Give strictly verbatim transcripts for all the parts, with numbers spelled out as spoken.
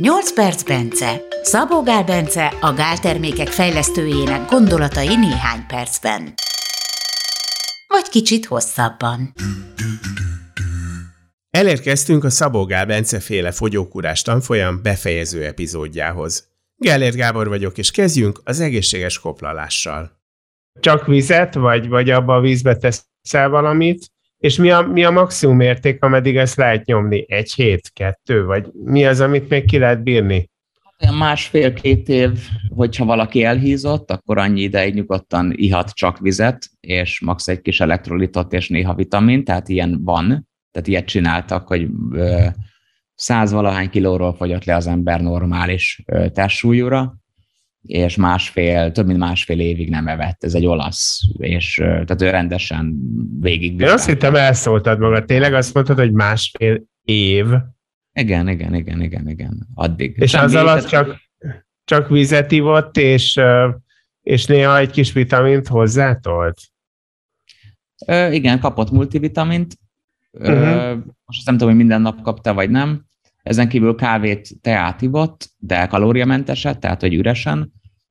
nyolc perc Bence. Szabó Gál Bence, a gáltermékek fejlesztőjének gondolatai néhány percben. Vagy kicsit hosszabban. Elérkeztünk a Szabó Gál Bence féle fogyókúrás tanfolyam befejező epizódjához. Gellért Gábor vagyok, és kezdjünk az egészséges koplalással. Csak vizet, vagy, vagy abba a vízbe teszel valamit, és mi a, mi a maximum érték, ameddig ezt lehet nyomni? Egy hét, kettő, vagy mi az, amit még ki lehet bírni? Másfél-két év, hogyha valaki elhízott, akkor annyi ideig nyugodtan ihat csak vizet, és max. Egy kis elektrolitot és néha vitamin, tehát ilyen van. Tehát ilyet csináltak, hogy százvalahány kilóról fogyott le az ember normális testsúlyúra, és másfél, több mint másfél évig nem evett. Ez egy olasz, és tehát ő rendesen végig. Én azt hittem, elszóltad magad. Tényleg azt mondtad, hogy másfél év? Igen, igen, igen, igen, igen. Addig. És az alatt csak, csak vizet ivott, és, és néha egy kis vitamint hozzátolt? Ö, igen, kapott multivitamint. Uh-huh. Ö, most azt nem tudom, hogy minden nap kapta, vagy nem. Ezen kívül kávét, teát ivott, de kalóriamenteset, tehát hogy üresen,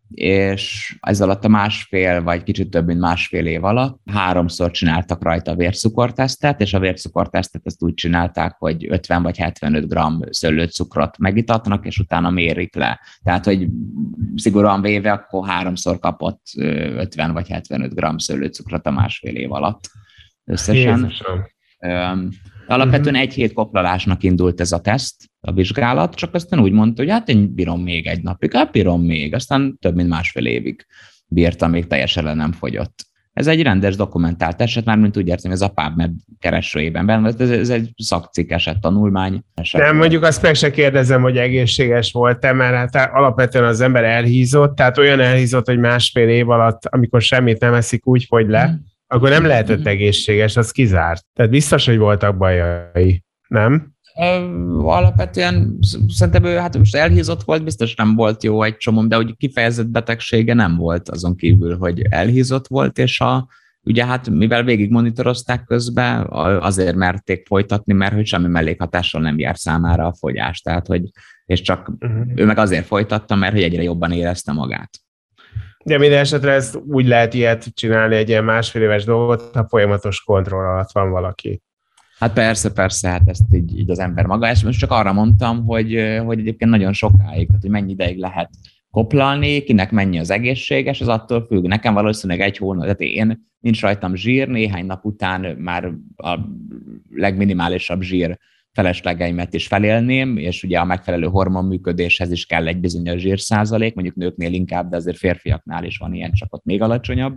és ez alatt a másfél, vagy kicsit több, mint másfél év alatt háromszor csináltak rajta a vércukortesztet, és a vércukortesztet ezt úgy csinálták, hogy ötven vagy hetvenöt gramm szőlőcukrot megitatnak, és utána mérik le. Tehát, hogy szigorúan véve, akkor háromszor kapott ötven vagy hetvenöt gramm szőlőcukrot a másfél év alatt összesen. Jézusom. Alapvetően uh-huh. egy hét koplalásnak indult ez a teszt, a vizsgálat, csak aztán úgy mondta, hogy hát én bírom még egy napig, hát bírom még, aztán több mint másfél évig bírta, még teljesen le nem fogyott. Ez egy rendes dokumentált eset, mármint úgy értem, ez a PubMed keresőjében benne, ez, ez egy szakcikk eset, tanulmány. Eset. Nem, mondjuk azt meg se kérdezem, hogy egészséges volt-e, mert hát alapvetően az ember elhízott, tehát olyan elhízott, hogy másfél év alatt, amikor semmit nem eszik, úgy fogy le, hmm. akkor nem lehetett egészséges, az kizárt. Tehát biztos, hogy voltak bajai, nem? Alapvetően szerintem ő hát most elhízott volt, biztos nem volt jó egy csomó, de hogy kifejezett betegsége nem volt azon kívül, hogy elhízott volt, és a, ugye hát mivel végig monitorozták közben, azért merték folytatni, mert hogy semmi mellékhatással nem jár számára a fogyás, tehát hogy, és csak uh-huh. ő meg azért folytatta, mert hogy egyre jobban érezte magát. De minden esetre ezt úgy lehet ilyet csinálni, egy ilyen másfél éves dolgot, ha folyamatos kontroll alatt van valaki. Hát persze, persze, hát ezt így, így az ember maga. És most csak arra mondtam, hogy, hogy egyébként nagyon sokáig, tehát hogy mennyi ideig lehet koplalni, kinek mennyi az egészséges, az attól függ. Nekem valószínűleg egy hónap, tehát én nincs rajtam zsír, néhány nap után már a legminimálisabb zsír feleslegeimet is felélném, és ugye a megfelelő hormonműködéshez is kell egy bizonyos zsírszázalék, mondjuk nőknél inkább, de azért férfiaknál is van ilyen, csak ott még alacsonyabb,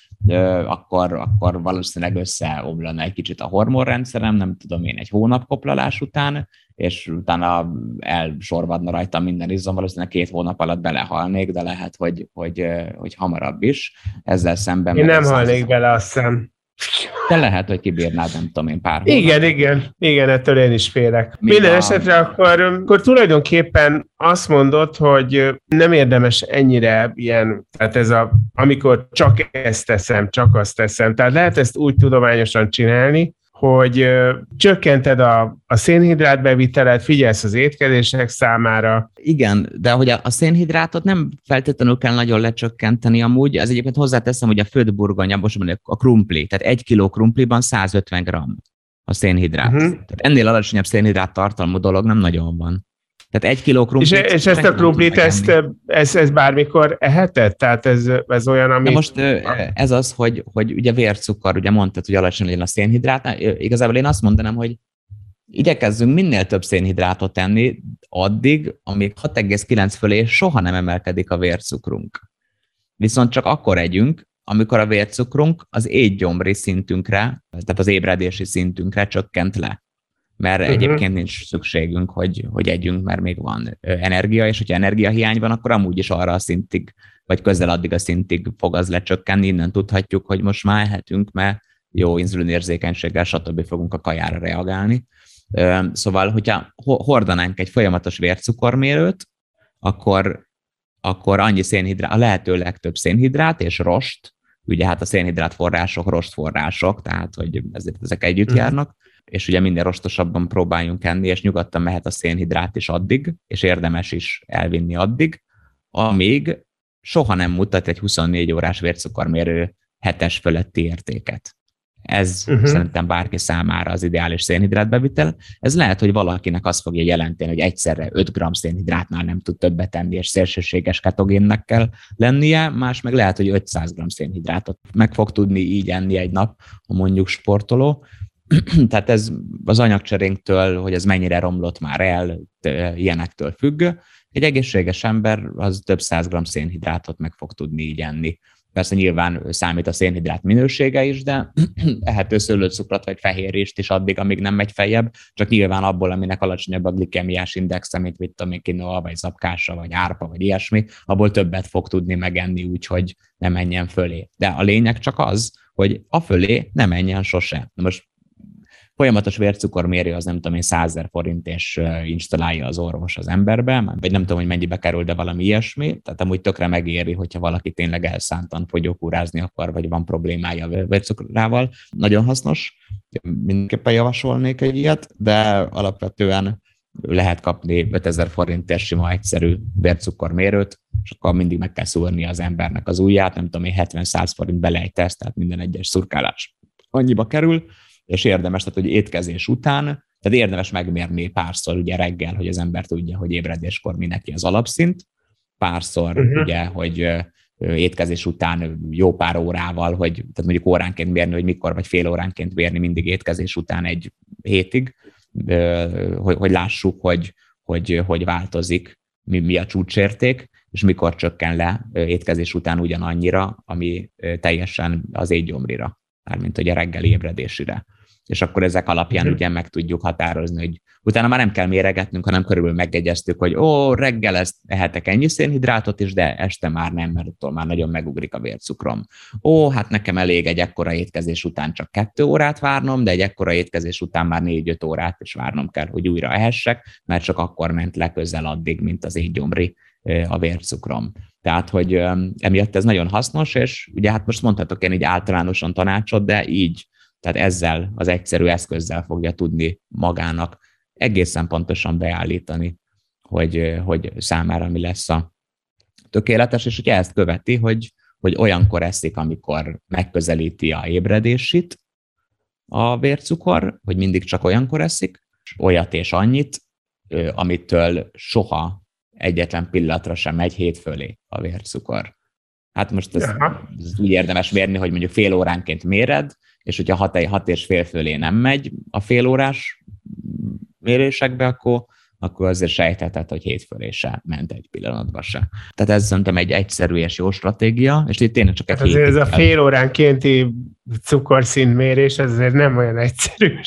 akkor, akkor valószínűleg összeomlana egy kicsit a hormonrendszerem, nem tudom én, egy hónap koplalás után, és utána elsorvadna rajta minden izom, valószínűleg két hónap alatt belehalnék, de lehet, hogy, hogy, hogy hamarabb is. Ezzel szemben... Én nem halnék bele, azt hiszem. De lehet, hogy kibírnád, nem tudom én, pár hónap. Igen, igen, igen, ettől én is félek. Mi Minden a... esetre akkor, akkor tulajdonképpen azt mondod, hogy nem érdemes ennyire ilyen, tehát ez a, amikor csak ezt teszem, csak azt teszem. Tehát lehet ezt úgy tudományosan csinálni, hogy ö, csökkented a, a szénhidrát bevitelet, figyelsz az étkezések számára. Igen, de hogy a, a szénhidrátot nem feltétlenül kell nagyon lecsökkenteni amúgy, ez egyébként hozzáteszem, hogy a földburgonya, most mondjuk a krumpli, tehát egy kiló krumpliban száz ötven gramm a szénhidrát. Uh-huh. Tehát ennél alacsonyabb szénhidrát tartalmú dolog nem nagyon van. Tehát egy kiló krumplit... És, és ezt a krumplit, ezt, ezt, ezt bármikor eheted? Tehát ez, ez olyan, ami... De most ez az, hogy, hogy ugye vércukor, ugye mondtad, hogy alacsony legyen a szénhidrát. Igazából én azt mondanám, hogy igyekezzünk minél több szénhidrátot tenni addig, amíg hat egész kilenc fölé soha nem emelkedik a vércukrunk. Viszont csak akkor együnk, amikor a vércukrunk az étgyomri szintünkre, tehát az ébredési szintünkre csökkent le. Mert uh-huh. egyébként nincs szükségünk, hogy, hogy együnk, mert még van energia, és hogyha energiahiány van, akkor amúgy is arra a szintig, vagy közel addig a szintig fog az lecsökkenni, innen tudhatjuk, hogy most már ehetünk, mert jó inzulinérzékenységgel, stb. Fogunk a kajára reagálni. Szóval, hogyha hordanánk egy folyamatos vércukormérőt, akkor, akkor annyi szénhidrát, a lehető legtöbb szénhidrát és rost, ugye hát a szénhidrát források, rost források, tehát hogy ezért ezek együtt járnak, és ugye minél rostosabban próbáljunk enni, és nyugodtan mehet a szénhidrát is addig, és érdemes is elvinni addig, amíg soha nem mutat egy huszonnégy órás vércukormérő hetes fölötti értéket. Ez uh-huh. szerintem bárki számára az ideális szénhidrátbevitel. Ez lehet, hogy valakinek azt fogja jelenteni, hogy egyszerre öt gramm szénhidrátnál nem tud többet tenni, és szélsőséges ketogénnek kell lennie, más meg lehet, hogy ötszáz gramm szénhidrátot meg fog tudni így enni egy nap, ha mondjuk sportoló. Tehát ez az anyagcserénktől, hogy ez mennyire romlott már el, ilyenektől függ. Egy egészséges ember az több száz gramm szénhidrátot meg fog tudni így enni. Persze nyilván számít a szénhidrát minősége is, de ehető szőlőcukrot vagy fehérjést is addig, amíg nem megy feljebb, csak nyilván abból, aminek alacsonyabb a glikemiás indexe, mint vitamin quinoa, vagy zabkása, vagy árpa, vagy ilyesmi, abból többet fog tudni megenni úgy, hogy ne menjen fölé. De a lényeg csak az, hogy a fölé ne menjen sose. Na most folyamatos vércukormérő az nem tudom én százezer forint, és installálja az orvos az emberbe, vagy nem tudom, hogy mennyibe kerül, de valami ilyesmi, tehát amúgy tökre megéri, hogyha valaki tényleg elszántan fogyókúrázni akar, vagy van problémája a vércukrával. Nagyon hasznos, mindenképpen javasolnék egy ilyet, de alapvetően lehet kapni ötezer forintért sima egyszerű vércukormérőt, és akkor mindig meg kell szúrni az embernek az ujját, nem tudom én hetven-száz forint belejtesz, tehát minden egyes szurkálás annyiba kerül, és érdemes, tehát hogy étkezés után, tehát érdemes megmérni párszor ugye reggel, hogy az ember tudja, hogy ébredéskor mi neki az alapszint, párszor uh-huh. ugye, hogy étkezés után jó pár órával, hogy tehát mondjuk óránként mérni, hogy mikor, vagy fél óránként mérni mindig étkezés után egy hétig, hogy, hogy lássuk, hogy, hogy, hogy változik, mi, mi a csúcsérték, és mikor csökken le étkezés után ugyanannyira, ami teljesen az étgyomrira, mármint hogy a reggeli ébredésére. És akkor ezek alapján ugye meg tudjuk határozni, hogy utána már nem kell méregetnünk, hanem körülbelül megegyeztük, hogy ó, reggel ezt ehetek ennyi szénhidrátot is, de este már nem, mert attól már nagyon megugrik a vércukrom. Ó, hát nekem elég egy ekkora étkezés után csak kettő órát várnom, de egy ekkora étkezés után már négy-öt órát is várnom kell, hogy újra ehessek, mert csak akkor ment le közel addig, mint az étgyomri a vércukrom. Tehát, hogy emiatt ez nagyon hasznos, és ugye hát most mondhatok én így általánosan tanácsot, de így, tehát ezzel az egyszerű eszközzel fogja tudni magának egészen pontosan beállítani, hogy, hogy számára mi lesz a tökéletes, és hogyha ezt követi, hogy, hogy olyankor eszik, amikor megközelíti a ébredését a vércukor, hogy mindig csak olyankor eszik, olyat és annyit, amitől soha egyetlen pillanatra sem megy hét fölé a vércukor. Hát most ezt, ezt úgy érdemes mérni, hogy mondjuk fél óránként méred, és hogyha hat, hat és fél fölé nem megy a fél órás mérésekbe, akkor, akkor azért sejtheted, hogy hét fölé se ment egy pillanatban se. Tehát ez szerintem egy egyszerű és jó stratégia, és itt tényleg csak egy hétig. Ez a fél óránkénti cukorszintmérés, ez azért nem olyan egyszerű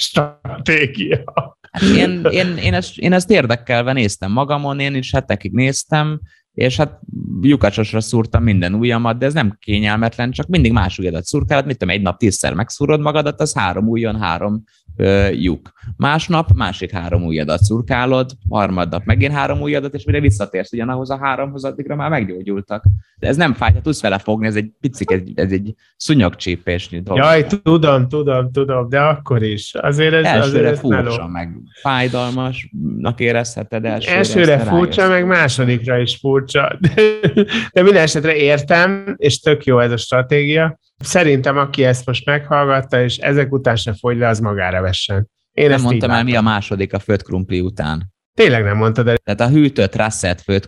stratégia. Hát én, én, én, ezt, én ezt érdekelve néztem magamon, én is hetekig néztem, és hát lyukacsosra szúrtam minden ujjamat, de ez nem kényelmetlen, csak mindig más ujjadat szurkálod, mit tudom, egy nap tízszer megszúrod magadat, az három ujjon, három ö, lyuk. Másnap másik három ujjadat szurkálod, harmadnap megint három ujjadat, és mire visszatérsz ugyanahoz a háromhoz, addigra már meggyógyultak. De ez nem fáj, ha tudsz vele fogni, ez egy picik, ez, ez egy szúnyogcsípésnyi dolog. Jaj, tudom, tudom, tudom, de akkor is. Azért ez, elsőre azért furcsa, meló. meg fájdalmasnak érezheted elsőre. Elsőre furcsa, meg másodikra is furcsa. De, de minden esetre értem, és tök jó ez a stratégia. Szerintem, aki ezt most meghallgatta, és ezek után se fogy le, az magára vessen. Én nem mondtam el, mi a második a főtt krumpli után. Tényleg nem mondtad el. Tehát a hűtött rasszett főtt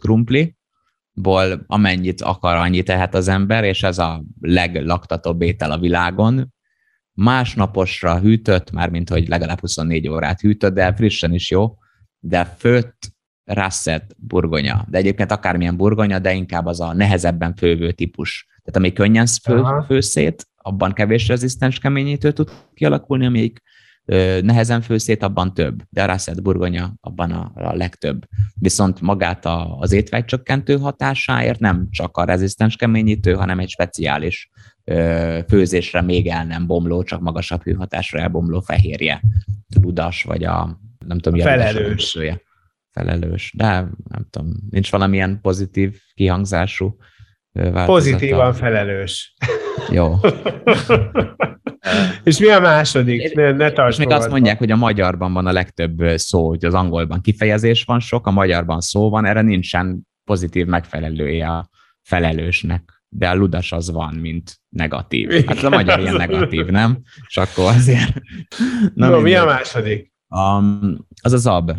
krumpliból amennyit akar, annyit tehet az ember, és ez a leglaktatóbb étel a világon. Másnaposra hűtött, mármint hogy legalább huszonnégy órát hűtött, de frissen is jó, de főtt rasszett burgonya. De egyébként akármilyen burgonya, de inkább az a nehezebben fővő típus. Tehát ami könnyen fő, főszét, abban kevés rezisztens keményítő tud kialakulni, amelyik ö, nehezen főszét, abban több. De a rasszett burgonya abban a, a legtöbb. Viszont magát a, az étvágycsökkentő hatásáért nem csak a rezisztens keményítő, hanem egy speciális ö, főzésre még el nem bomló, csak magasabb hőhatásra elbomló fehérje. Ludas, vagy a nem tudom, felelős. Felelős, de nem tudom, nincs valamilyen pozitív kihangzású változata. Pozitívan felelős. Jó. És mi a második? Ne, ne tarts És még azt mondják, hogy a magyarban van a legtöbb szó, hogy az angolban kifejezés van sok, a magyarban szó van, erre nincsen pozitív megfelelője a felelősnek. De a ludas az van, mint negatív. Hát a magyar ilyen negatív, nem? És akkor azért... Na, no, mi a második? Um, az a zab.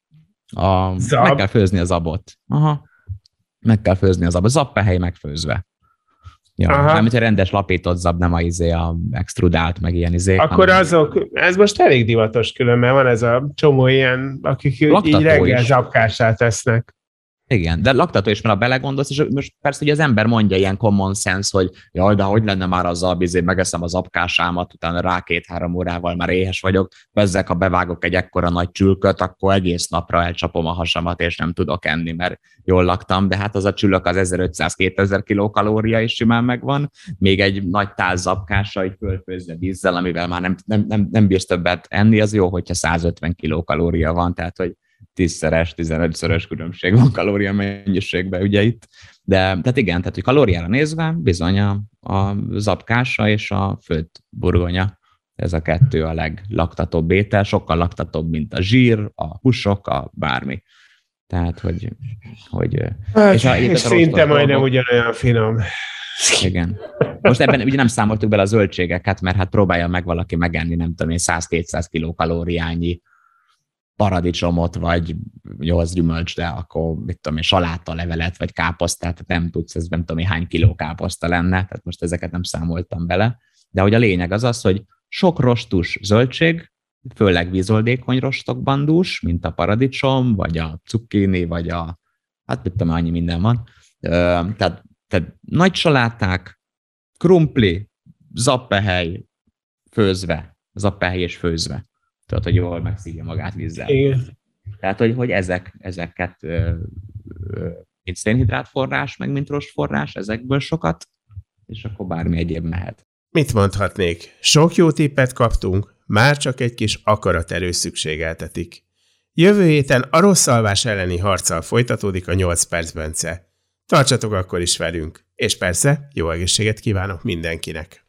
A, zab. Meg kell főzni a zabot. Aha. Meg kell főzni a zabot. Zappehely megfőzve. Ja, mármint, hogy rendes lapított zab, nem a izé, a extrudált, meg ilyen izé. Akkor hanem... azok, ez most elég divatos különben, van ez a csomó ilyen, akik laktató így reggel zabkássá tesznek. Igen, de laktató is, mert ha belegondolsz, és most persze, hogy az ember mondja ilyen common sense, hogy jaj, de hogy lenne már az abizé, megeszem az apkásámat, utána rá két-három órával már éhes vagyok, bezzek, ha bevágok egy ekkora nagy csülköt, akkor egész napra elcsapom a hasamat, és nem tudok enni, mert jól laktam, de hát az a csülök az ezerötszáz-kétezer kilokalória is simán megvan, még egy nagy tál zapkással, így fölfőzve vízzel, amivel már nem, nem, nem, nem bírsz többet enni, az jó, hogyha százötven kilokalória van, tehát hogy tízszeres, tizenötszörös különbség van kalória mennyiségben ugye itt. De tehát igen, tehát hogy kalóriára nézve bizony a, a zapkása és a főtt burgonya, ez a kettő a leglaktatóbb étel, sokkal laktatóbb, mint a zsír, a húsok, a bármi. Tehát, hogy... hogy hát, és, a, és szinte majdnem ugyanolyan finom. Igen. Most ebben ugye nem számoltuk bele a zöldségeket, mert hát próbálja meg valaki megenni, nem tudom én, száz-kétszáz kilokalóriányi paradicsomot, vagy nyolc gyümölcs, de akkor mit tudom én, saláta levelet, vagy káposztát, tehát nem tudsz, ez nem tudom én, hány kiló káposzta lenne, tehát most ezeket nem számoltam bele. De hogy a lényeg az az, hogy sok rostus zöldség, főleg vízoldékony rostokban dús, mint a paradicsom, vagy a cukkini, vagy a, hát mit tudom, annyi minden van. Tehát, tehát nagy saláták, krumpli, zappehely főzve, zappehely és főzve. Tudod, hogy jól megszívja magát vízzel. Igen. Tehát, hogy, hogy ezek, ezeket, mint szénhidrátforrás, meg mint rostforrás, ezekből sokat, és akkor bármi egyéb mehet. Mit mondhatnék? Sok jó tippet kaptunk, már csak egy kis akaraterő szükségeltetik. Jövő héten a rossz alvás elleni harccal folytatódik a nyolc perc Bence. Tartsatok akkor is velünk, és persze jó egészséget kívánok mindenkinek!